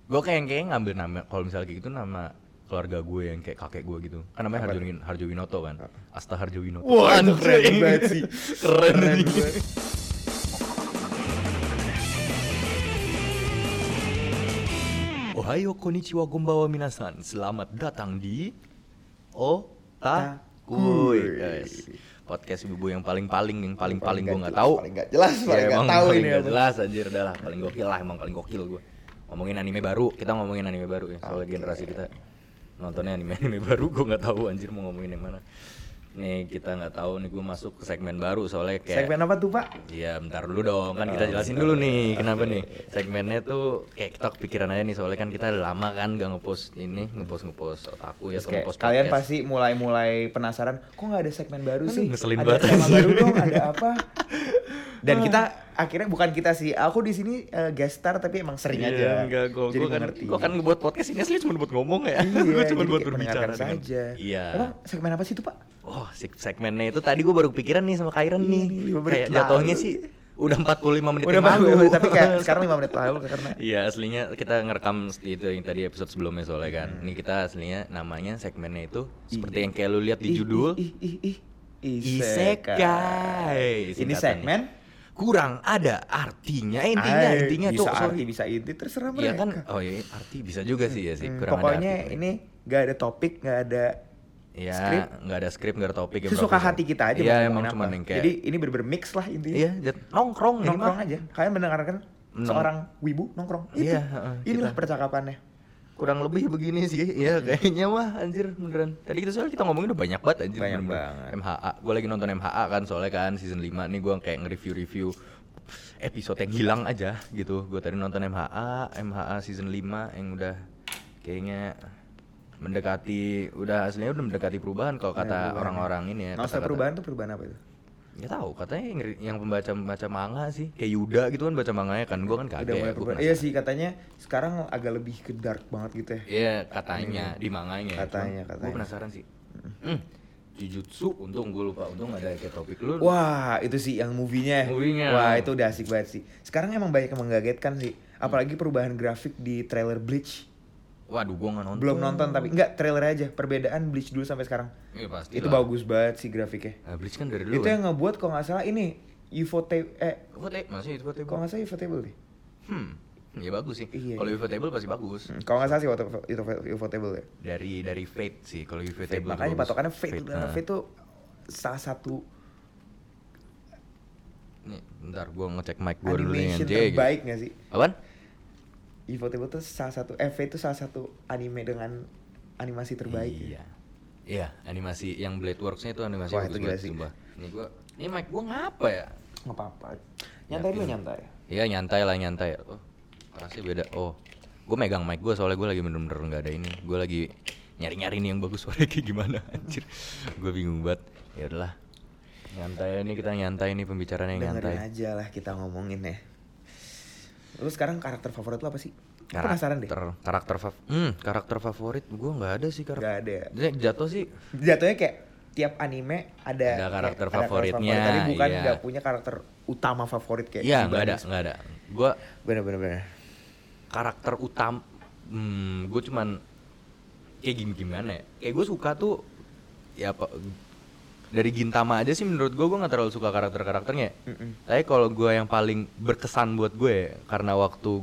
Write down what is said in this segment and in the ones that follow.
Gue kayak ngambil nama, kalau misalnya kayak gitu nama keluarga gue yang kayak kakek gue gitu. Kan namanya Harjowinoto kan. Asta Harjowinoto. Wah, itu keren banget sih. Keren banget. Ohayo konnichiwa konbanwa minasan. Selamat datang di Otakuy. Guys. Podcast ibu yang paling gue nggak tahu. Paling nggak jelas, paling nggak tahu ini. Paling jelas anjir, udah lah. Paling gokil lah, emang paling gokil gue. Ngomongin anime baru, kita ngomongin anime baru ya. Soalnya generasi kita nontonnya anime baru, gue nggak tahu anjir mau ngomongin yang mana. Nih kita nggak tahu nih, gue masuk ke segmen baru soalnya kayak. Segmen apa tuh Pak? Iya bentar dulu dong, kan kita jelasin dulu nih kenapa nih segmennya tuh kayak kita kepikiran aja nih, soalnya kan kita udah lama kan gak ngepost otaku ya, ngepost kalian pasti mulai penasaran, kok nggak ada segmen baru sih? Ngeselin ada banget tema baru dong, ada apa? Dan kita akhirnya bukan kita sih, aku di sini guest star tapi emang sering aja. Enggak, jadi gue kan, ngerti. gue kan ngebuat podcast ini asli cuma buat ngomong ya. Iya, gue cuma jadi buat kayak berbicara saja. Iya. Emang segmen apa sih itu Pak? Oh, segmennya itu tadi gue baru pikiran nih sama Kairan nih. Kayak jatuhnya sih udah 45 menit yang lalu. Tapi kayak sekarang 5 menit lalu karena iya, aslinya kita ngerekam itu yang tadi episode sebelumnya soalnya kan. Ini kita aslinya namanya segmennya itu seperti yang kayak lu lihat di judul Isekai. Ini segmen kurang ada artinya, intinya bisa tuh arti bisa inti terserah mereka. Iya kan? Oh iya, arti bisa juga sih ya sih. Kurang Pokoknya ada arti. ini gak ada topik, gak ada ya, nggak ada skrip, nggak ada topik. Sesuka hati kita aja. Iya, emang cuma yang kayak. Jadi ini bener-bener mix lah intinya. Iya, nongkrong aja. Kalian mendengarkan seorang wibu nongkrong. Iya, inilah percakapannya. Kurang lebih begini sih. Iya, kayaknya mah anjir beneran. Tadi kita ngomongin udah banyak banget anjir. Banyak banget. MHA. Gue lagi nonton MHA kan, soalnya kan season 5 nih gue kayak nge-review episode yang hilang aja gitu. Gue tadi nonton MHA season 5 yang udah kayaknya aslinya udah mendekati perubahan kalau kata orang-orang ini ya. Maksudnya perubahan apa itu? Nggak tahu, katanya yang pembaca manga sih kayak Yuda gitu kan baca manganya kan, gue kan kaget ya. Iya sih, katanya sekarang agak lebih ke dark banget gitu ya. Iya katanya di manganya. Katanya. Gue penasaran sih. Jujutsu, untung gue lupa, untung ada kayak topik lu. Wah itu sih yang movie-nya. Wah itu udah asik banget sih. Sekarang emang banyak yang mengagetkan sih, apalagi perubahan grafik di trailer Bleach. Waduh, gue nggak nonton. Belum nonton tapi enggak, trailer aja. Perbedaan Bleach dulu sampai sekarang. Iya pasti. Itu bagus banget sih grafiknya. Bleach kan dari dulu. Itu yang ngebuat kalau nggak salah ini masih Ufotable. Kalau nggak salah Ufotable deh. Ya bagus sih. Iya, kalau Ufotable pasti bagus. Kalau nggak salah sih Ufotable ya. Dari Fate sih. Kalau Ufotable. Makanya patokannya Fate. Fate tuh salah satu. Nih, bentar gue ngecek mic gue dulu nih. Animation terbaik nggak sih? Apaan? Ufotable tuh salah satu, Fate itu salah satu anime dengan animasi terbaik. Iya, animasi yang Blade Works-nya itu animasi bagus banget sih, Mbak. Ini mic gua ngapa ya? Nggak apa-apa. Nyantai. Iya, nyantai. Oh, rasanya beda. Oh, gua megang mic gua soalnya gua lagi bener-bener nggak ada ini. Gua lagi nyari-nyari nih yang bagus suaranya kayak gimana anjir. Gua bingung banget. Ya udahlah. Kita nyantai nih pembicaraannya yang nyantai. Dengerin aja lah kita ngomongin ya. Lu sekarang karakter favorit lu apa sih? Penasaran deh. Karakter favorit gue nggak ada sih karakter. Nggak ada. Jatuhnya kayak tiap anime ada karakter favoritnya. Tapi bukan nggak punya karakter utama favorit kayak. Iya nggak ada. Gue bener. Karakter utama, gue cuman kayak gimana ya? Kayak gue suka tuh ya apa? Dari Gintama aja sih menurut gue nggak terlalu suka karakternya. Tapi kalau gue yang paling berkesan buat gue karena waktu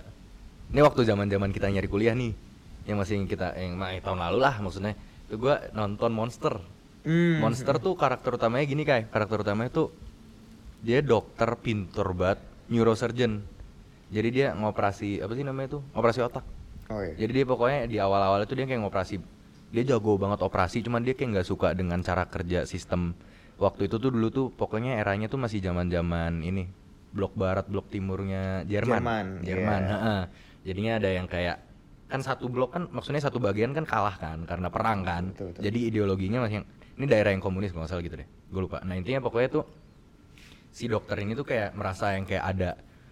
zaman kita nyari kuliah nih, yang tahun lalu lah maksudnya, itu gue nonton Monster. Monster tuh karakter utamanya gini karakter utamanya tuh dia dokter pinter banget, neurosurgeon. Jadi dia ngoperasi operasi otak. Oh, iya. Jadi dia pokoknya di awal-awal itu dia kayak ngoperasi. Dia jago banget operasi, cuman dia kayak nggak suka dengan cara kerja sistem waktu itu tuh. Dulu tuh pokoknya eranya tuh masih zaman ini blok barat blok timurnya Jerman. Yeah. Jadinya ada yang kayak kan satu blok kan, maksudnya satu bagian kan kalah kan karena perang kan. Betul. Jadi ideologinya masih ini daerah yang komunis kalau nggak salah gitu deh, gue lupa. Nah intinya pokoknya tuh si dokter ini tuh kayak merasa yang kayak ada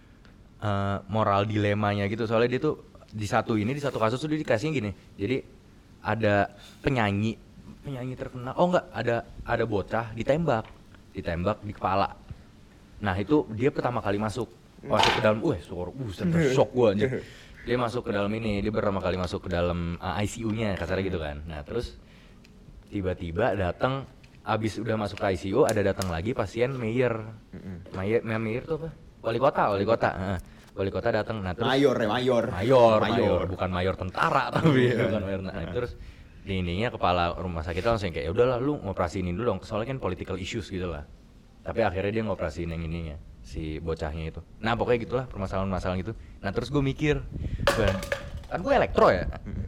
moral dilemanya gitu, soalnya dia tuh di satu kasus tuh dia dikasihnya gini. Jadi ada penyanyi terkenal, ada bocah ditembak di kepala. Nah itu dia pertama kali masuk ke dalam, shock gue anjir. Dia masuk ke dalam ini, dia pertama kali masuk ke dalam ICU-nya kasarnya gitu kan. Nah terus tiba-tiba datang, abis udah masuk ke ICU ada datang lagi pasien mayor. Mayor tuh apa? Wali kota. Wali kota datang. Nah terus mayor, bukan mayor tentara tapi bukan mayor. Nah, terus di ininya kepala rumah sakit langsung kayak ya udahlah lu ngoperasiin dulu dong, soalnya kan political issues gitu lah. Tapi akhirnya dia ngoperasiin yang ininya, si bocahnya itu. Nah pokoknya gitulah permasalahan gitu. Nah terus gue mikir, kan gue elektro ya.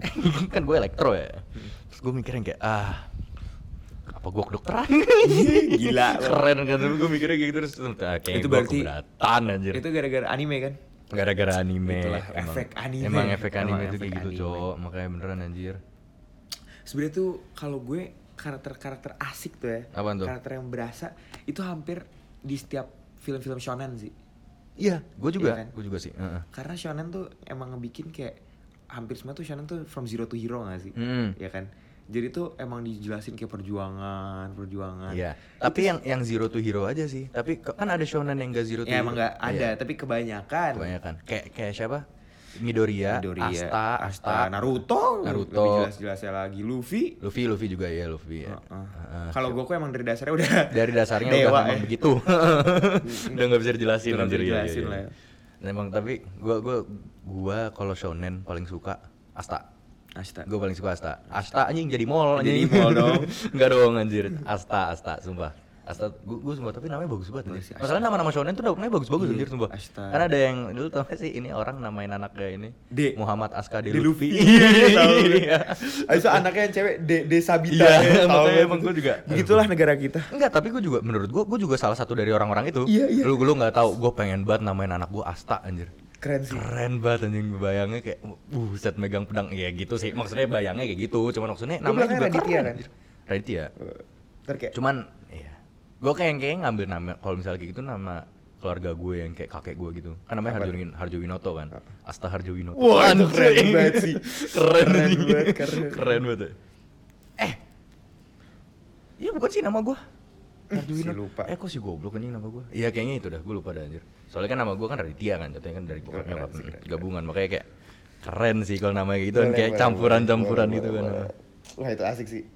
Terus gue mikirin kayak apa gue kedokteran? Gila. Keren kan, gue mikirnya kayak gitu terus kayak itu gue berarti keberatan anjir. Itu gara-gara anime kan? Gara-gara anime. Itulah efek anime. Emang efek anime itu efek kayak gitu, anime. cowok. Makanya beneran anjir. Sebenarnya tuh kalau gue karakter asik tuh ya. Apaan tuh? Karakter yang berasa itu hampir di setiap film-film shonen sih. Iya, gue juga. Iya kan? Gue juga sih. Karena shonen tuh emang ngebikin kayak hampir semua tuh shonen tuh from zero to hero gak sih? Ya kan? Jadi tuh emang dijelasin kayak perjuangan. Iya. Tapi yang zero to hero aja sih. Tapi kan ada shonen yang gak zero to ya, hero. emang gak ada, Iya. tapi kebanyakan. Kayak siapa? Midoriya, Asta, Naruto. Lebih jelas-jelasnya lagi Luffy juga ya, Luffy ya. Kalau Goku emang dari dasarnya udah Dari dasarnya dewa, udah memang begitu. Udah nggak bisa dijelasin Udah anjir ya. lah ya. Emang tapi gua kalau shonen paling suka Asta. Gue paling suka Asta anjing jadi mall anjing. Jadi mall dong. Enggak dong anjir. Asta sumpah. Asta gue sumpah, tapi namanya bagus banget. Masalahnya nama-nama shonen tuh namanya bagus-bagus anjir sumpah. Asta. Karena ada yang dulu tau gak sih ini orang namain anaknya ini Muhammad Aska De Luffy. Iya. Aiso anaknya yang cewek De Sabita. Iya, makanya emang gue juga. Begitulah negara kita. Enggak, tapi gue juga menurut gue juga salah satu dari orang-orang itu. Iya. Lu nggak tahu, gue pengen banget namain anak gue Asta anjir. Keren banget anjing, bayangnya kayak set megang pedang ya gitu sih. Maksudnya bayangnya kayak gitu, cuman maksudnya namanya juga Raditya keren. Kan? Raditya. Kayak Cuman iya. Gue kayak ngambil nama kalau misalnya kayak gitu nama keluarga gue yang kayak kakek gue gitu. Kan namanya Harjowinoto kan. Asta Harjowinoto. Wah, itu keren banget sih. Keren banget. Iya bukan sih nama gue. Si lupa. Kok si goblok anjing nama gue? Iya kayaknya itu dah, gue lupa dah anjir. Soalnya kan nama gue kan Raditya kan, jatuhnya kan dari bokap nyokap gabungan, makanya kayak keren sih kalau namanya gitu kan, kayak campuran gitu kan. Wah itu asik sih.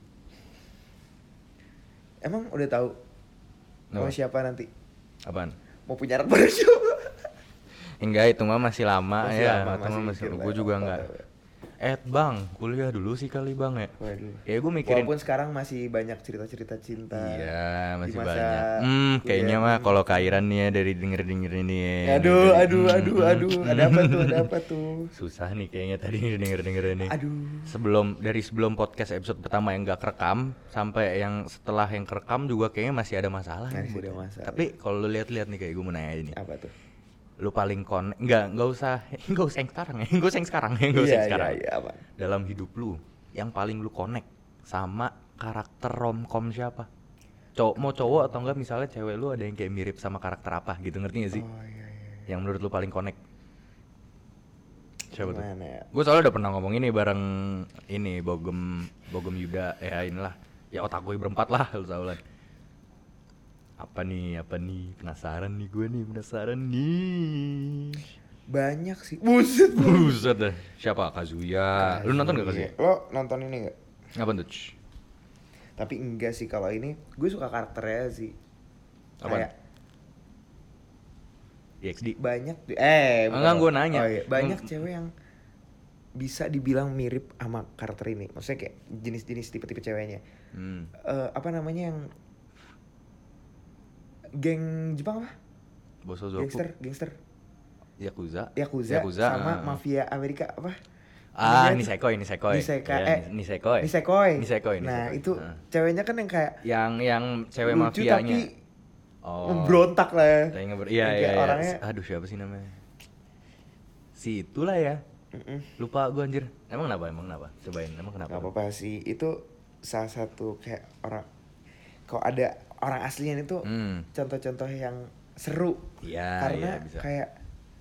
Emang udah tahu mau siapa nanti? Apaan? Mau punya anak baru siapa? Enggak, itu mah masih lama ya. Masih Gue juga enggak. Bang, kuliah dulu sih kali bang ya. Waduh. Ya gue mikirin. Walaupun sekarang masih banyak cerita-cerita cinta. Iya, masih di masa banyak. Kayaknya mah kalau Kairan nih ya dari denger ini ya. Aduh. Ada apa tuh? Susah nih kayaknya tadi denger ini. Aduh. Sebelum podcast episode pertama yang gak kerekam sampai yang setelah yang kerekam juga kayaknya masih ada masalah. Masih ada masalah. Tapi kalau lu lihat-lihat nih kayak gue mau nanya ini. Apa tuh? Lu paling enggak usah yang sekarang ya. Enggak usah yang sekarang. Iya, apa? Dalam hidup lu yang paling lu connect sama karakter romcom siapa? Mau cowok atau enggak, misalnya cewek lu ada yang kayak mirip sama karakter apa gitu, ngerti gak sih? Oh iya. Yang menurut lu paling connect siapa tuh? Ya? Gue soalnya udah pernah ngomong ini bareng ini Bogem Yuda ya, inilah ya otak gue berempat lah lu tau lah. Apa nih penasaran nih. Banyak sih. Buset deh. Siapa? Kazuya. Lu nonton gak Kazuya? Lo nonton ini gak? Apa tuh? Tapi enggak sih, kalau ini gue suka karakternya sih. Apa? Kayak EXD. banyak enggak, gue nanya. Oh, iya. Banyak cewek yang bisa dibilang mirip sama karakter ini. Maksudnya kayak jenis-jenis tipe-tipe ceweknya. Apa namanya yang geng Jepang apa? Bosozoku. Gangster. Yakuza sama mafia Amerika apa? Nisekoi. Nah, itu ceweknya kan yang kayak yang cewek lucu mafianya. Tapi memberontak lah. Iya. Orangnya, aduh siapa sih namanya? Si itulah ya. Lupa gue anjir. Emang kenapa? Cobain, emang kenapa? Gak apa-apa sih. Itu salah satu kayak orang, kalau ada orang aslinya itu contoh-contoh yang seru. Iya, karena bisa. Kayak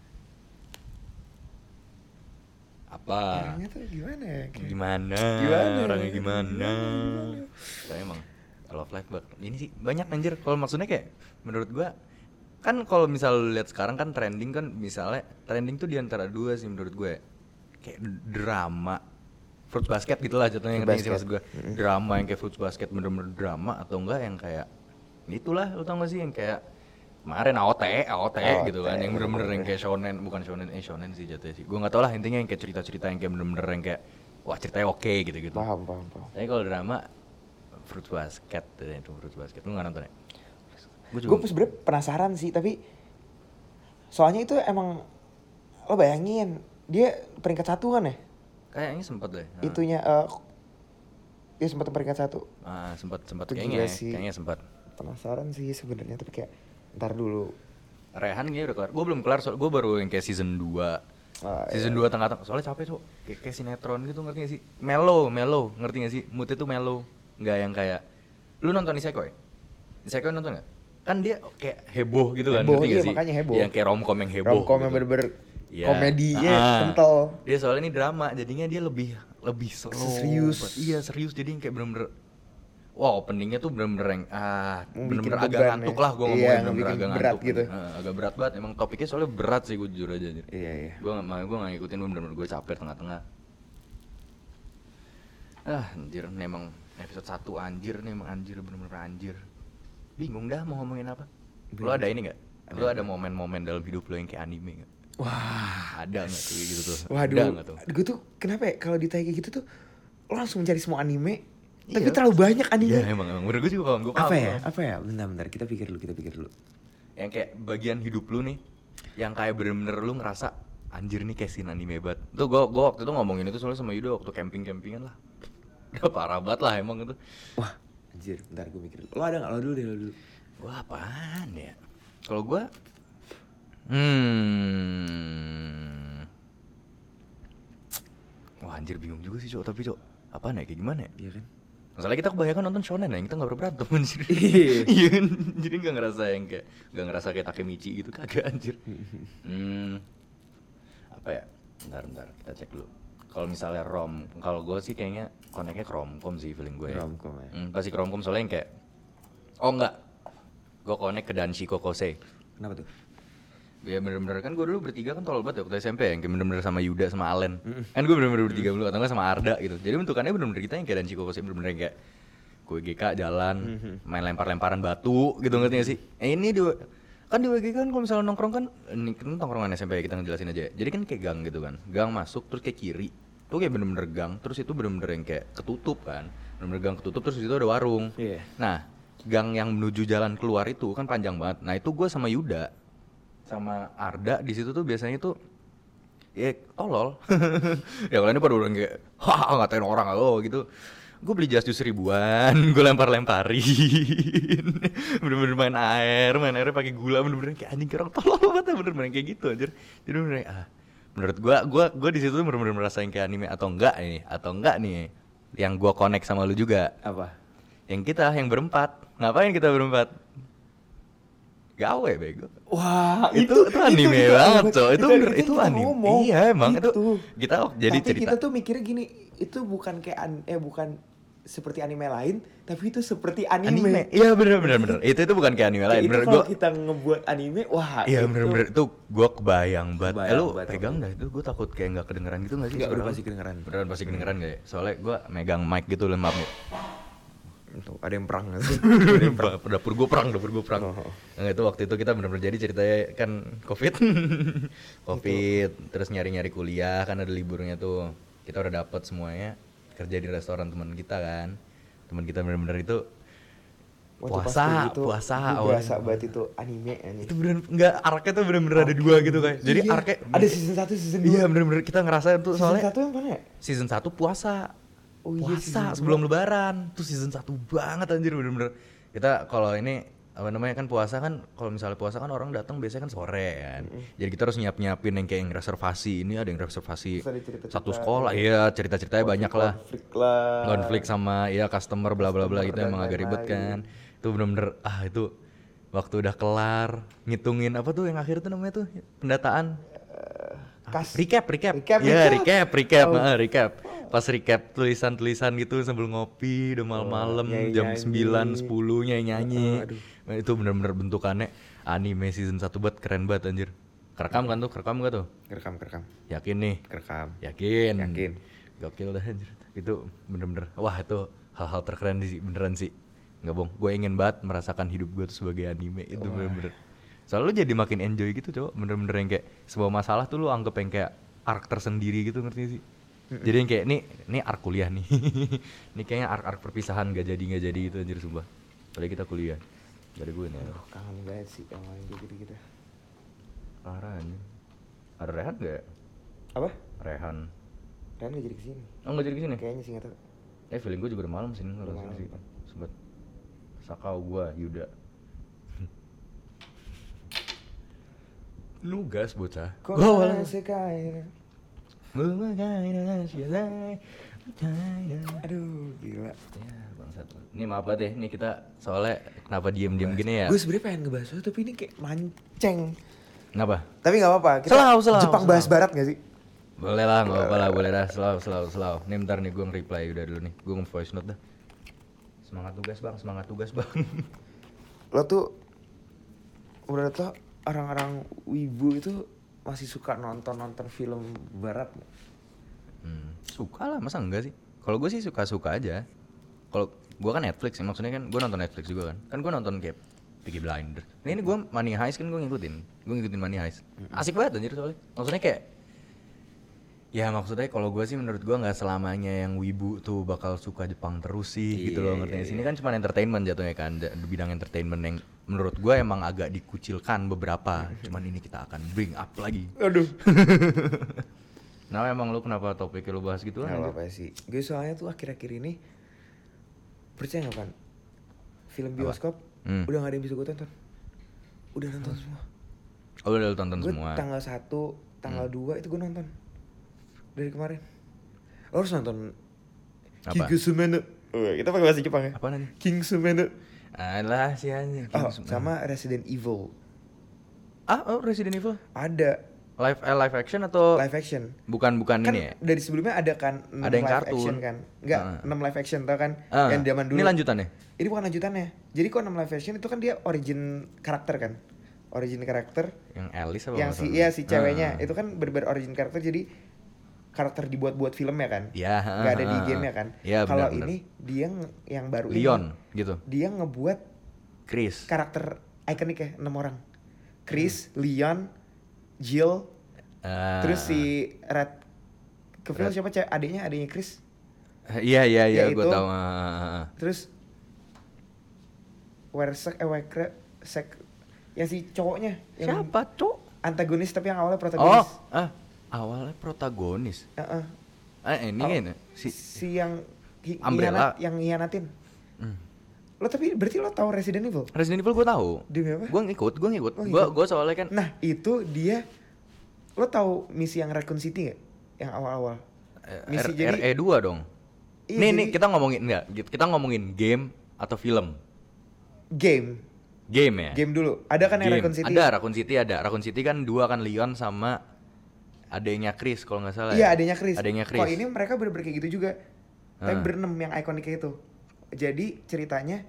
apa? Orangnya tuh gimana ya? Gimana? Orangnya gimana? Saya emang love life ini sih banyak anjir. Kalau maksudnya kayak menurut gua kan kalau misal lu lihat sekarang kan trending kan, misalnya trending tuh di antara dua sih menurut gue. kayak drama Fruits Basket gitu lah jatuhnya, ngerti sih maksud gue. Drama yang kayak Fruits Basket bener-bener drama, atau enggak yang kayak itulah, lu tau gak sih yang kayak kemarin AOT gitu kan, yang bener-bener yang kayak shonen sih jatuhnya sih. Gue nggak tau lah, intinya yang kayak cerita-cerita yang kayak bener-bener yang kayak wah ceritanya oke gitu. Paham. Tapi kalau drama Fruits Basket itu Fruits Basket, lu nggak nonton ya? Gue sebenernya penasaran sih, tapi soalnya itu emang lo bayangin dia peringkat 1 kan ya? Kayaknya sempet deh. Itunya dia sempat peringkat 1. Sempat Kayaknya sempat. Penasaran sih sebenarnya, tapi kayak ntar dulu. Rehan kayaknya udah kelar. Gue belum kelar, gue baru yang kayak season 2. Season 2 tengah-tengah. Soalnya capek, Cok. Kayak sinetron gitu, ngerti gak sih? Mellow, ngerti gak sih? Moodnya tuh mellow. Nggak yang kayak lu nonton Isekai? Isekai nonton gak? Kan dia kayak heboh gitu kan, ngerti gak sih? Makanya heboh. Yang kayak romcom yang heboh. Romcom yang gitu. bener-bener komedinya kental. Dia soalnya ini drama, jadinya dia lebih slow. Serius. Iya, serius. Jadi yang kayak bener-bener openingnya tuh bener-bener yang bener-bener agak ngantuk ya. lah gue ngomongin, bener-bener agak berat ngantuk gitu. Agak berat banget, emang topiknya soalnya berat sih, gue jujur aja. Iya. Gue gak ngikutin, bener-bener gue capek tengah-tengah. Anjir, nih emang episode 1 anjir nih, emang anjir, bener-bener anjir. Bingung dah mau ngomongin apa. Lo ada ini gak? Lo ada momen-momen dalam hidup lo yang kayak anime gak? Wah, ada gak tuh gitu tuh? Waduh, gue tuh kenapa ya kalau ditanya kayak gitu tuh lo langsung mencari semua anime, tapi Iya. terlalu banyak anime. Iya emang menurut gue juga gue paham. Apa ya? Bentar, kita pikir dulu. Yang kayak bagian hidup lu nih, yang kayak bener-bener lu ngerasa anjir nih kayak scene anime banget. Tuh gue waktu itu ngomongin itu soalnya sama Yuda waktu campingan lah. Udah parah banget lah emang itu. Wah, anjir, bentar gue mikir. Lo ada gak? Lo dulu. Wah, apaan ya? Kalau gue wah anjir bingung juga sih, Cok. Tapi, Cok, apaan ya, kayak gimana ya? Iya kan? Masalahnya kita kebanyakan nonton shonen ya, kita gak pernah berantem anjir. Iya. Iya kan? Jadi gak ngerasa kayak Takemichi gitu, kagak anjir. Apa ya? Bentar, kita cek dulu. Kalau misalnya kalau gue sih kayaknya koneknya ke romcom sih feeling gue ya. Romcom ya. Pasti ke romcom, soalnya yang kayak enggak. Gue konek ke Danshi Kokosei. Kenapa tuh? Ya bener-bener kan gue dulu bertiga kan tolol banget ya waktu SMP ya, yang kayak bener-bener sama Yuda sama Alen. Kan gue bener-bener bertiga dulu, atau enggak sama Arda gitu. Jadi bentukannya bener-bener kita yang kayak Danshi Kokosei, bener-bener yang kayak WGK jalan, main lempar-lemparan batu gitu, ngerti gak sih? Ini kan di WGK kan kalau misalnya nongkrong kan, ini kan nongkrongan SMP ya, kita ngejelasin aja ya. Jadi kan kayak gang gitu kan, gang masuk terus kayak kiri tuh kayak bener-bener gang, terus itu bener-bener yang kayak ketutup kan, bener-bener gang ketutup, terus di situ ada warung. Nah, gang yang menuju jalan keluar itu kan panjang banget. Nah itu gue sama Yuda sama Arda di situ tuh biasanya tuh ya tolol. Ya kalau ini pada orang kayak ngatain orang gitu. Gue beli jas jus ribuan, gue lempar-lemparin. Bener-bener main airnya pakai gula, bener-bener kayak anjing orang tolol banget, bener-bener kayak gitu anjir. Jadi bener menurut gue di situ bener-bener merasain kayak anime atau enggak nih yang gue connect sama lu juga. Apa? Yang kita yang berempat. Ngapain kita berempat? Gawe bego. Wah, itu anime banget, Cok. Itu anime. Iya, emang itu. Kita jadi tapi cerita. Kita tuh mikirnya gini, itu bukan kayak bukan seperti anime lain, tapi itu seperti anime. Iya, bener. Itu bukan kayak anime lain. Bener, kalau kita ngebuat anime, wah. Iya, bener. Itu gua kebayang banget. Lu banget, pegang dah itu, gua takut kayak nggak kedengeran gitu nggak sih? Nggak, udah pasti kedengeran. Beneran pasti kedengeran nggak ya? Soalnya gua megang mic gitu lemap nih. Tuh, ada yang perang nggak sih? dapur gue perang. Nah, itu waktu itu kita benar-benar jadi ceritanya kan covid terus nyari kuliah kan ada liburnya tuh, kita udah dapet semuanya kerja di restoran teman kita kan, teman kita benar-benar itu puasa berasa banget itu anime. Itu bener nggak, arc-nya tuh bener-bener ada dua gitu kan, jadi iya, arc-nya ada season 1 season 2. Iya bener-bener kita ngerasa tuh soalnya season 1 yang mana ya? Season 1 puasa. Iya, sebelum lebaran tuh season 1 banget anjir, bener-bener kita kalau ini apa namanya kan puasa kan, kalau misalnya puasa kan orang datang biasanya kan sore kan, jadi kita harus nyiapin yang kayak yang reservasi, ini ada yang reservasi satu sekolah, iya cerita-ceritanya banyak lah, konflik sama ya customer bla bla bla gitu, emang agak ribet kan. Itu bener-bener itu waktu udah kelar ngitungin apa tuh yang akhir tuh namanya tuh pendataan, recap. Pas recap tulisan gitu sambil ngopi udah malam-malam jam 9-10 nyanyi. Itu bener-bener bentukannya anime season 1 banget, keren banget anjir. Kerekam kan tuh, kerekam gak tuh? Kerekam. Yakin nih? Kerekam. Yakin. Gokil dah anjir. Itu bener-bener, wah itu hal-hal terkeren sih, beneran sih. Nggak bohong, gue ingin banget merasakan hidup gue tuh sebagai anime. Itu bener-bener. Soalnya lu jadi makin enjoy gitu cowok, bener-bener yang kayak sebuah masalah tuh lu anggap yang kayak arc tersendiri gitu, ngerti gak sih? Jadi yang kayak nih arc kuliah nih. Ini kayaknya arc perpisahan gak jadi gitu anjir sumpah. Soalnya kita kuliah. Dari gue nih. Kangen banget sih sama yang gitu-gitu. Parah anjir. Ada Rehan gak? Apa? Rehan Rehan gak jadi kesini. Oh gak jadi kesini? Kayaknya sih gak tau. Feeling gue juga udah malam sini. Udah malam, sih. Pak. Sobat Sakau gua, Yuda. Nugas bocah. Gua sekai. Aduh, gila. Ya, bangsat. Ini maaf banget ya, ini kita soalnya kenapa diem-diem gini ya? Gue sebenernya pengen ngebahas itu, tapi ini kayak mancing. Kenapa? Tapi gak apa-apa, kita Selau. Jepang bahas barat gak sih? Boleh lah, gak apa-apa lah, boleh dah, selalu. Nih bentar nih, gue nge-reply udah dulu nih, gue nge-voice note dah. Semangat tugas bang. Lo tuh udah tau orang-orang wibu itu masih suka nonton film barat. Suka lah, masa enggak sih? Kalau gue sih suka aja. Kalau gue kan Netflix ya, maksudnya kan gue nonton Netflix juga kan. Kan gue nonton kayak Peaky Blinders. Ini gue Money Heist kan gue ngikutin Money Heist. Asik banget anjir soalnya. Maksudnya kayak ya maksudnya kalau gue sih menurut gue nggak selamanya yang wibu tuh bakal suka Jepang terus sih gitu loh, ngerti. Sini kan cuma entertainment jatuhnya kan, bidang entertainment yang menurut gue emang agak dikucilkan beberapa. Cuman ini kita akan bring up lagi. Aduh. Nah emang lu kenapa topiknya lu bahas gitu kan? Gak apa-apa sih. Gue soalnya tuh akhir-akhir ini percaya gak kan? Film bioskop udah gak ada yang bisa gue tonton. Udah nonton semua. Oh udah lu tonton Gue semua? tanggal 1, tanggal 2 itu gue nonton. Dari kemarin. Lo harus nonton Apa? Kikusumenu. Kita pakai bahasa Jepang ya? Apa nanti? Kingsumenu. Alah sih anjing. Sama Resident Evil. Resident Evil? Ada. Live action atau? Live action. Bukan Kan ini ya? dari sebelumnya ada kan 6 Ada yang live kartun. action kan? Enggak, 6 live action tau kan? Yang zaman dulu. Ini lanjutannya? Ini bukan lanjutannya. Jadi kok 6 live action itu kan dia origin karakter kan? Origin karakter. Yang Alice apa? Yang si ceweknya. Itu kan origin karakter, jadi karakter dibuat-buat film ya kan? Iya. Gak ada di game ya kan? Iya, kalau benar. ini dia yang baru Leon ini, gitu. dia ngebuat Chris. karakter ikonik ya, 6 orang. Chris, Leon, Jill, terus si Red Kevel siapa adiknya Chris? Iya, Ya, gue itu. tahu. Terus yang si cowoknya yang Siapa, Cok? antagonis tapi yang awalnya protagonis. Awalnya protagonis. Heeh. Ini kan Si yang Umbrella. yang hianatin. Lo tapi berarti lo tahu Resident Evil? Resident Evil gue tahu. Demi apa? Gue ngikut. Oh, ngikut. Gue soalnya kan. Nah, itu dia. Lo tahu misi yang Raccoon City gak? Yang awal-awal. Misi jadi RE2 dong. Iya, Nih kita ngomongin Kita ngomongin game atau film? game Game ya? Game dulu. Ada kan yang Game. Raccoon City? Ada, Raccoon City kan 2 kan, Leon sama adenya Chris kalau nggak salah. Iya, ya? adanya Chris. Adanya Chris. Kok ini mereka bener-bener kayak gitu juga. Tapi berenam yang ikoniknya itu. Jadi ceritanya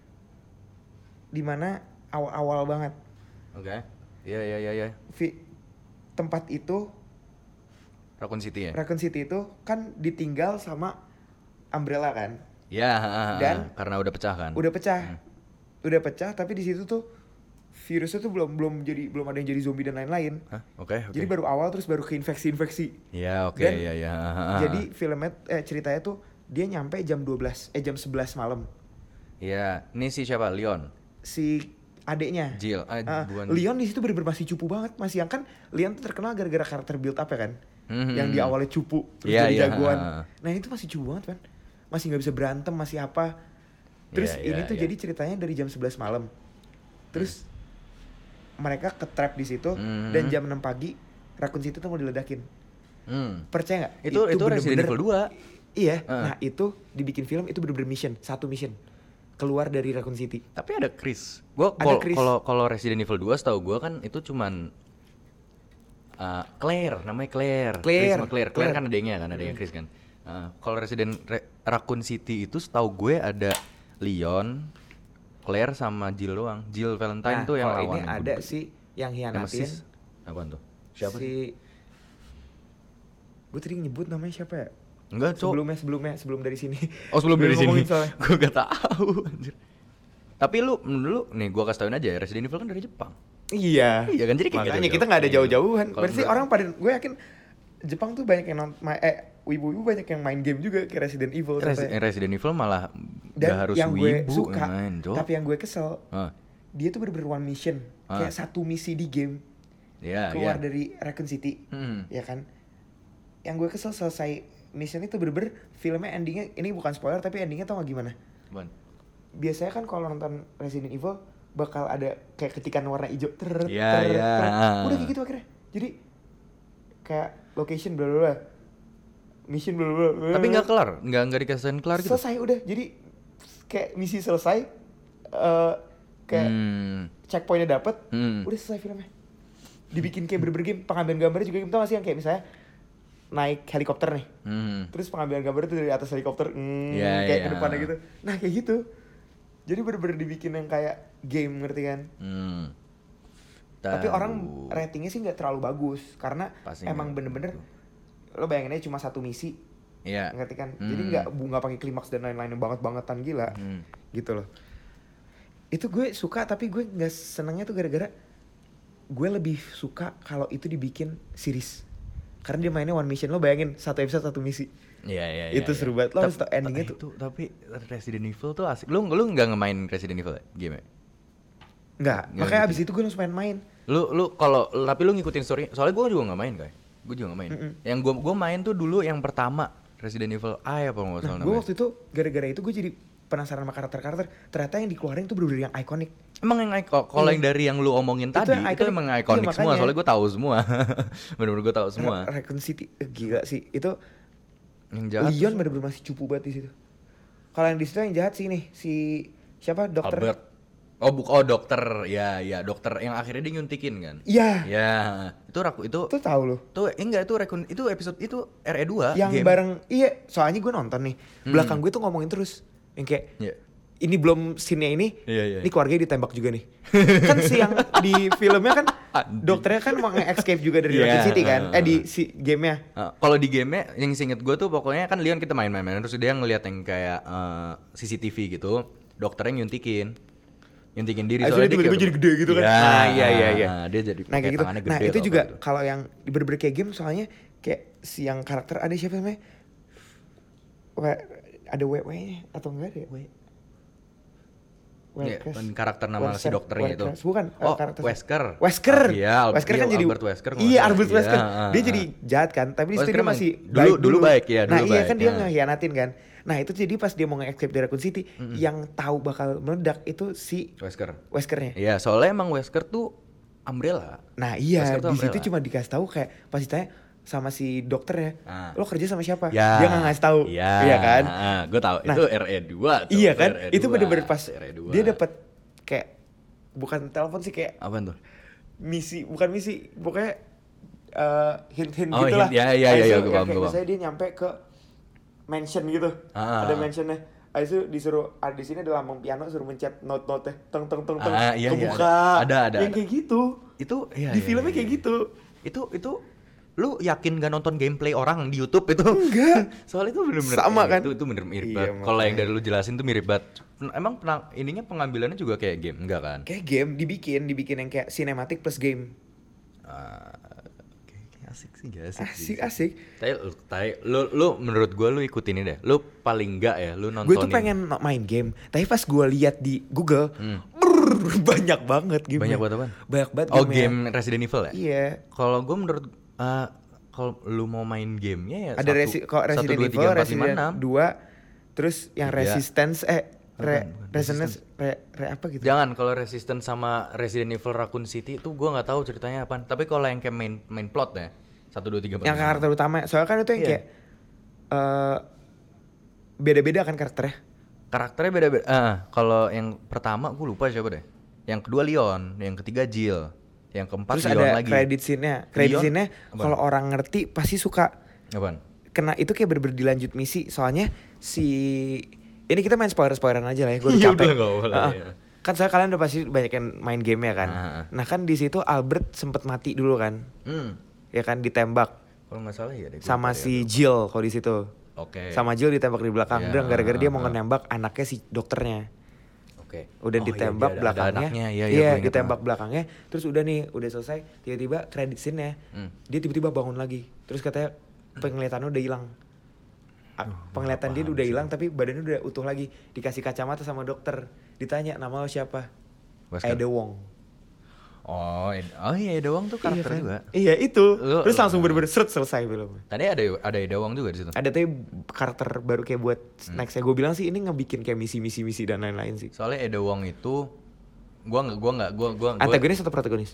dimana awal-awal banget. Oke. Iya. Tempat itu Raccoon City ya? Raccoon City itu kan ditinggal sama Umbrella kan. Iya, Dan karena udah pecah kan? Udah pecah. Udah pecah tapi di situ tuh virusnya tuh belum ada yang jadi zombie dan lain-lain. Oke. Jadi baru awal terus baru ke infeksi. Iya, oke. Dan Iya. Jadi filmnya ceritanya tuh dia nyampe jam 11 malam. Iya, ini si siapa? Leon. Si adeknya Jill. Bukan. Leon di situ bener-bener masih cupu banget, masih yang kan Leon tuh terkenal gara-gara karakter build up ya kan. Yang di awalnya cupu terus jadi jagoan. Nah, itu masih cupu banget kan. Masih nggak bisa berantem, masih apa. Terus ini tuh jadi ceritanya dari jam 11 malam. Terus mereka ke-trap di situ dan jam 6 pagi Raccoon City tuh mau diledakin. Percaya nggak? Itu Resident Evil 2. Iya. Nah, itu dibikin film itu bener-bener satu mission. Keluar dari Raccoon City. Tapi ada Chris. Kalau Resident Evil 2 setahu gue kan itu cuman Claire, namanya Claire. Claire kan adanya Chris kan. Kalau Raccoon City itu setahu gue ada Leon, Claire sama Jill doang. Jill Valentine tuh yang lawan. Ini ada sih yang hianatin. Apaan tuh? Siapa si gue tadi nyebut namanya siapa ya? Enggak, Cok. Sebelum dari sini. Oh, sebelum dari sini. ngomongin soalnya. Gue gak tahu anjir. Tapi lu nih gua kasih tauin aja ya, Resident Evil kan dari Jepang. Iya. Iya kan, jadi kayak makanya jauh-jauh. kita nggak ada jauh-jauhan. Kalau Berarti gua- orang pada gue yakin Jepang tuh banyak yang wibu-wibu banyak yang main game juga kayak Resident Evil. Resident Evil malah Dan gak harus yang gue wibu suka, main, Cok. tapi yang gue kesel, dia tuh bener-bener one mission, kayak satu misi di game, keluar dari Raccoon City, ya kan? Yang gue kesel selesai mission itu bener-bener filmnya endingnya, ini bukan spoiler tapi endingnya tau gak gimana? Biasanya kan kalau nonton Resident Evil bakal ada kayak ketikan warna hijau udah kayak gitu akhirnya. Jadi kayak location bla bla bla, mission bla bla bla. Tapi nggak kelar, nggak dikasihin kelar gitu. Selesai udah, jadi kayak misi selesai, kayak checkpointnya dapet, udah selesai filmnya. Dibikin kayak bener-bener game, pengambilan gambarnya juga game, tau gak sih yang kayak misalnya naik helikopter nih, terus pengambilan gambar itu dari atas helikopter, kayak ke depannya gitu. Nah kayak gitu. Jadi bener-bener dibikin yang kayak game, ngerti kan? Tapi orang ratingnya sih nggak terlalu bagus karena pasti emang bener-bener lo bayangin aja cuma satu misi, ngerti kan? Jadi nggak pakai klimaks dan lain-lain yang banget-bangetan gila, gitu loh. Itu gue suka, tapi gue nggak senengnya tuh gara-gara gue lebih suka kalau itu dibikin series. Karena dia mainnya one mission, lo bayangin satu episode satu misi. Iya. Itu seru banget. Lo harus tau endingnya tuh. Tapi Resident Evil tuh asik. Lu nggak ngemain Resident Evil game? Nggak. Makanya abis itu gue langsung main. Lu kalau tapi lu ngikutin story. Soalnya gue juga nggak main kayak. Gue juga nggak main. Yang gue main tuh dulu yang pertama Resident Evil A ya apa nggak salah namanya. Gue waktu itu gara-gara itu gue jadi penasaran sama karakter-karakter. Ternyata yang dikeluarin tuh bener-bener yang ikonik. Emang yang kalau yang dari yang lu omongin tadi itu emang ikonik semua. Soalnya gue tahu semua. Bener-bener gue tahu semua. Raccoon City gila sih itu. Yang jahat Leon bener-bener masih cupu banget di situ. Kalau yang di situ yang jahat sih nih si siapa dokter Albert. Dokter. Ya, dokter yang akhirnya dia nyuntikin kan. Iya. Ya, itu tahu lo. Tuh enggak itu episode itu RE2 yang game. Bareng iya, soalnya gue nonton nih. Belakang gue tuh ngomongin terus yang kayak ini belum scene-nya ini. Ini keluarganya ditembak juga nih. Kan si yang di filmnya kan dokternya kan mau nge-escape juga dari Raccoon City kan. Di si gamenya. Kalau di gamenya yang seinget gue tuh pokoknya kan Leon kita main-main terus dia ngeliat yang kayak CCTV gitu. Dokternya nyuntikin diri soalnya dia jadi gede gitu kan. Iya. Dia jadi kayak gitu. tangannya gede. Nah, itu juga kalau yang bener-bener kayak game soalnya kayak si yang karakter ada siapa namanya? Ada W-nya atau enggak ada ya? Karakter nama si dokternya itu. Bukan, karakter Wesker. Wesker kan jadi Albert Wesker. Iya, Albert Wesker. Dia jadi jahat kan, tapi di situ dia masih dulu baik ya, Nah, iya kan dia ngehianatin kan. Nah, itu jadi pas dia mau nge-escape dari Raccoon City, yang tahu bakal meledak itu si Weskernya. Iya, soalnya emang Wesker tuh Umbrella. Nah, iya, di situ cuma dikasih tahu kayak pas ditanya sama si dokternya, lo kerja sama siapa? Dia nggak ngasih tahu, iya kan? Gue tahu itu RE2. Iya kan? Itu bener-bener pas dia dapat kayak bukan telepon sih kayak apa tuh? Bukan misi, pokoknya hint gitu lah. Iya, gue paham. Misalnya dia nyampe ke mansion gitu, ada mansionnya. Abis itu disuruh di sini ada lambang piano, suruh mencet note-note teng kebuka. Ada. Yang kayak gitu. Itu di filmnya kayak gitu. Itu lu yakin gak nonton gameplay orang di YouTube itu? Enggak. Soalnya itu bener-bener sama kan? Itu bener mirip banget. Kalau yang dari lu jelasin tuh mirip banget. Emang ininya pengambilannya juga kayak game, enggak kan? Kayak game dibikin yang kayak cinematic plus game. Asik sih. Asik. Tapi lu menurut gua lu ikutin ini deh. Lu paling enggak ya lu nontonin. Gue tuh pengen main game, tapi pas gua lihat di Google, banyak banget game. Banyak banget apaan? Banyak banget game Resident Evil ya? Iya. Kalau gua menurut kalau lu mau main gamenya ya ada Resident Evil, Resident 2, terus yang Resistance Resistance apa gitu. Jangan, kalau Resistance sama Resident Evil Raccoon City itu gua nggak tahu ceritanya apa. Tapi kalau yang kayak main plot ya 1, 2, 3, 4. Yang karakter utama, soalnya kan itu yang kayak beda-beda kan karakternya. Karakternya beda-beda. Kalau yang pertama gue lupa siapa deh. Yang kedua Leon, yang ketiga Jill, yang keempat terus Leon ada lagi. Credit scene-nya kalau orang ngerti pasti suka. Apaan? Kena itu kayak bener-bener dilanjut misi, soalnya ini kita main spoiler-spoileran aja lah ya, gue udah capek. Kan saya kalian udah pasti banyak yang main game ya kan. Nah kan di situ Albert sempet mati dulu kan. ya kan ditembak Kalau nggak salah ya deh. sama si Jill kalau di situ. Oke. Sama Jill ditembak di belakang. Iya, Dan gara-gara dia mau nembak anaknya si dokternya. Oke. Udah ditembak ada belakangnya. anaknya. Iya, gua ingat. ditembak belakangnya. Terus udah nih, udah selesai. Tiba-tiba credit scene-nya. Dia tiba-tiba bangun lagi. Terus katanya penglihatannya udah hilang. Penglihatan dia udah hilang tapi badannya udah utuh lagi. Dikasih kacamata sama dokter. Ditanya nama lo siapa? Eda Wong. Oh iya Eda Wong tuh karakter kan? juga. Iya itu. Terus langsung bener-bener seret selesai film. Tadi ada Eda Wong juga di situ. Ada tapi karakter baru kayak buat next. Gue bilang sih ini ngebikin kayak misi-misi dan lain-lain sih. Soalnya Eda Wong itu gua antagonis atau protagonis?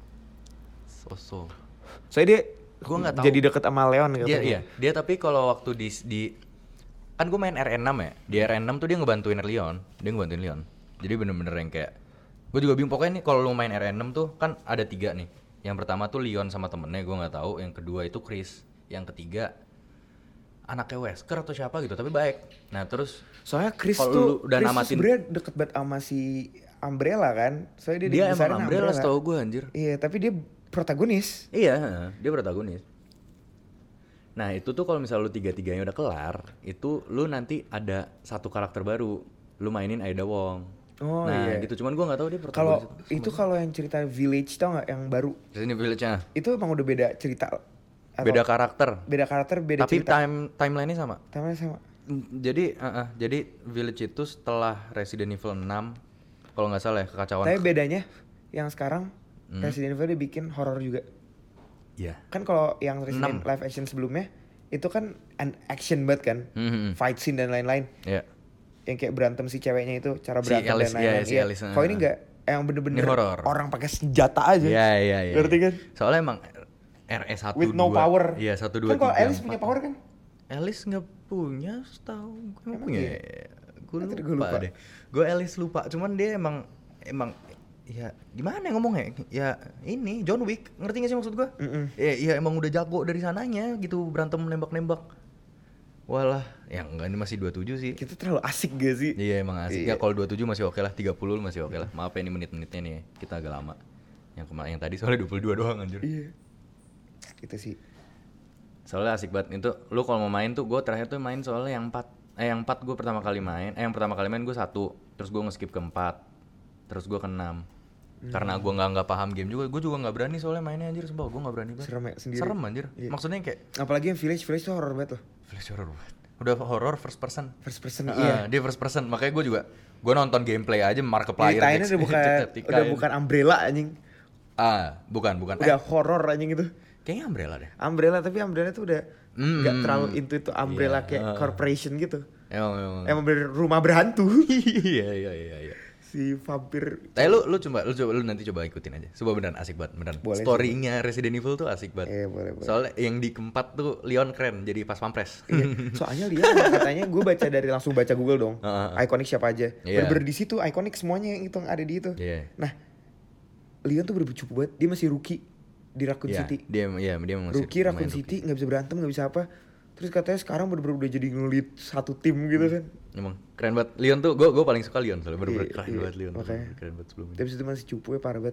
So. Soalnya dia Gua nggak tahu. jadi deket sama Leon katanya. Iya. Dia tapi kalau waktu di kan gue main RN6 ya. Di RN6 tuh dia ngebantuin Leon. Jadi bener-bener yang kayak gue juga bingung pokoknya nih kalau lu main RN6 tuh kan ada 3 nih. Yang pertama tuh Leon sama temennya gue nggak tahu. Yang kedua itu Chris. Yang ketiga anaknya Wesker atau siapa gitu tapi baik. Nah terus soalnya Chris tuh udah namatin sebenarnya deket banget sama si Umbrella kan. Soalnya dia emang Umbrella setahu gue anjir. Iya tapi dia protagonis. Iya, dia protagonis. Nah itu tuh kalau misalnya lu 3-3-nya udah kelar, itu lu nanti ada satu karakter baru, lu mainin Eda Wong. Oh nah, iya. gitu. Cuman gue nggak tahu dia Kalau protagonis. itu kalau yang cerita Village tau nggak yang baru? Ini Village-nya. Itu emang udah beda cerita. Beda karakter. Beda karakter, beda tapi cerita. Tapi timeline-nya sama. Timeline sama. Jadi Village itu setelah Resident Evil 6 kalau nggak salah ya kekacauan. Tapi bedanya yang sekarang Resident Evil dia bikin horor juga. Iya. Kan kalau yang Resident live action sebelumnya itu kan action banget kan, fight scene dan lain-lain. Iya. Yang kayak berantem si ceweknya itu, cara berantem dan lain-lain. Si Alice. Kalau ini enggak, yang bener-bener orang pakai senjata aja. Iya. Ngerti kan? Soalnya emang RE1 with no power. Iya 1 2 3. Kan kalau Alice punya power kan? Alice nggak punya, setahu gue nggak punya. Gue lupa deh. Gue Alice lupa. Cuman dia emang ya gimana ya ngomongnya? Ya ini John Wick, ngerti gak sih maksud gue? Ya emang udah jago dari sananya gitu berantem nembak-nembak. Walah, ya enggak ini masih 27 sih. Kita terlalu asik gak sih? Iya emang asik. Ya kalau 27 masih oke lah, 30 masih oke lah. Maaf ya ini menit-menitnya nih, kita agak lama. Yang tadi soalnya 22 doang anjir. Iya. Itu sih. Soalnya asik banget itu. Lu kalau mau main tuh gue terakhir tuh main soalnya yang 4 gue pertama kali main. Yang pertama kali main gue 1, terus gue nge-skip ke 4. Terus gue ke 6. Karena gue nggak paham game juga, gue juga nggak berani soalnya mainnya anjir, sumpah gue nggak berani banget. Serem ya sendiri. Serem anjir. Iya. Maksudnya kayak apalagi yang Village tuh horror banget loh. Village horror banget. Udah horror first person. Iya. Dia first person, makanya gue nonton gameplay aja Markiplier. Udah bukan Umbrella anjing. Bukan. Udah horror anjing itu. Kayaknya Umbrella deh. Umbrella tuh udah nggak terlalu into itu Umbrella kayak corporation gitu. Emang rumah berhantu. Iya. Si vampir. Tapi lu nanti coba ikutin aja. Coba beneran asik banget beneran. Story-nya Resident Evil tuh asik banget. Boleh. Soalnya yang di keempat tuh Leon keren jadi pas pampres. Iya. Soalnya Leon katanya gue langsung baca Google dong. Iconic siapa aja. Bener-bener di situ iconic semuanya yang itu ada di itu. Nah, Leon tuh bener-bener cupu banget. Dia masih rookie di Raccoon City. Dia masih rookie Raccoon City, nggak bisa berantem, nggak bisa apa. Terus katanya sekarang bener-bener udah jadi nge-lead satu tim gitu kan. Emang keren banget. Leon tuh gue paling suka Leon soalnya bener-bener keren banget Leon. Makanya. Keren banget sebelumnya. Tapi itu masih cupu ya parah banget.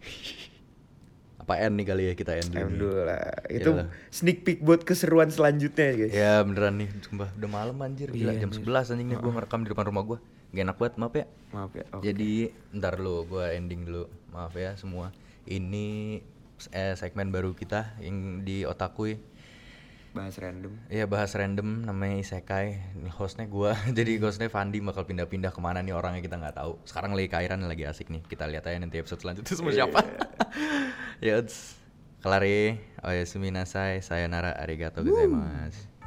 Apa end nih kali ya kita end dulu lah. Itu sneak peek buat keseruan selanjutnya guys. Ya beneran nih, sumpah udah malam anjir. Gila jam 11 anjing nih gue ngerekam di depan rumah gue. Gak enak banget, maaf ya. Okay. Jadi ntar lu gue ending dulu. Maaf ya semua. Ini segmen baru kita yang di Otakui. Bahas random. Iya bahas random, namanya Isekai. Ini hostnya gue. Jadi hostnya Fandi bakal pindah-pindah kemana nih orangnya kita nggak tahu. Sekarang lagi Kairan lagi asik nih. Kita lihat aja nanti episode selanjutnya sama siapa. Ya, kelari. Oyasumi nasai, sayonara, arigatou gozaimasu.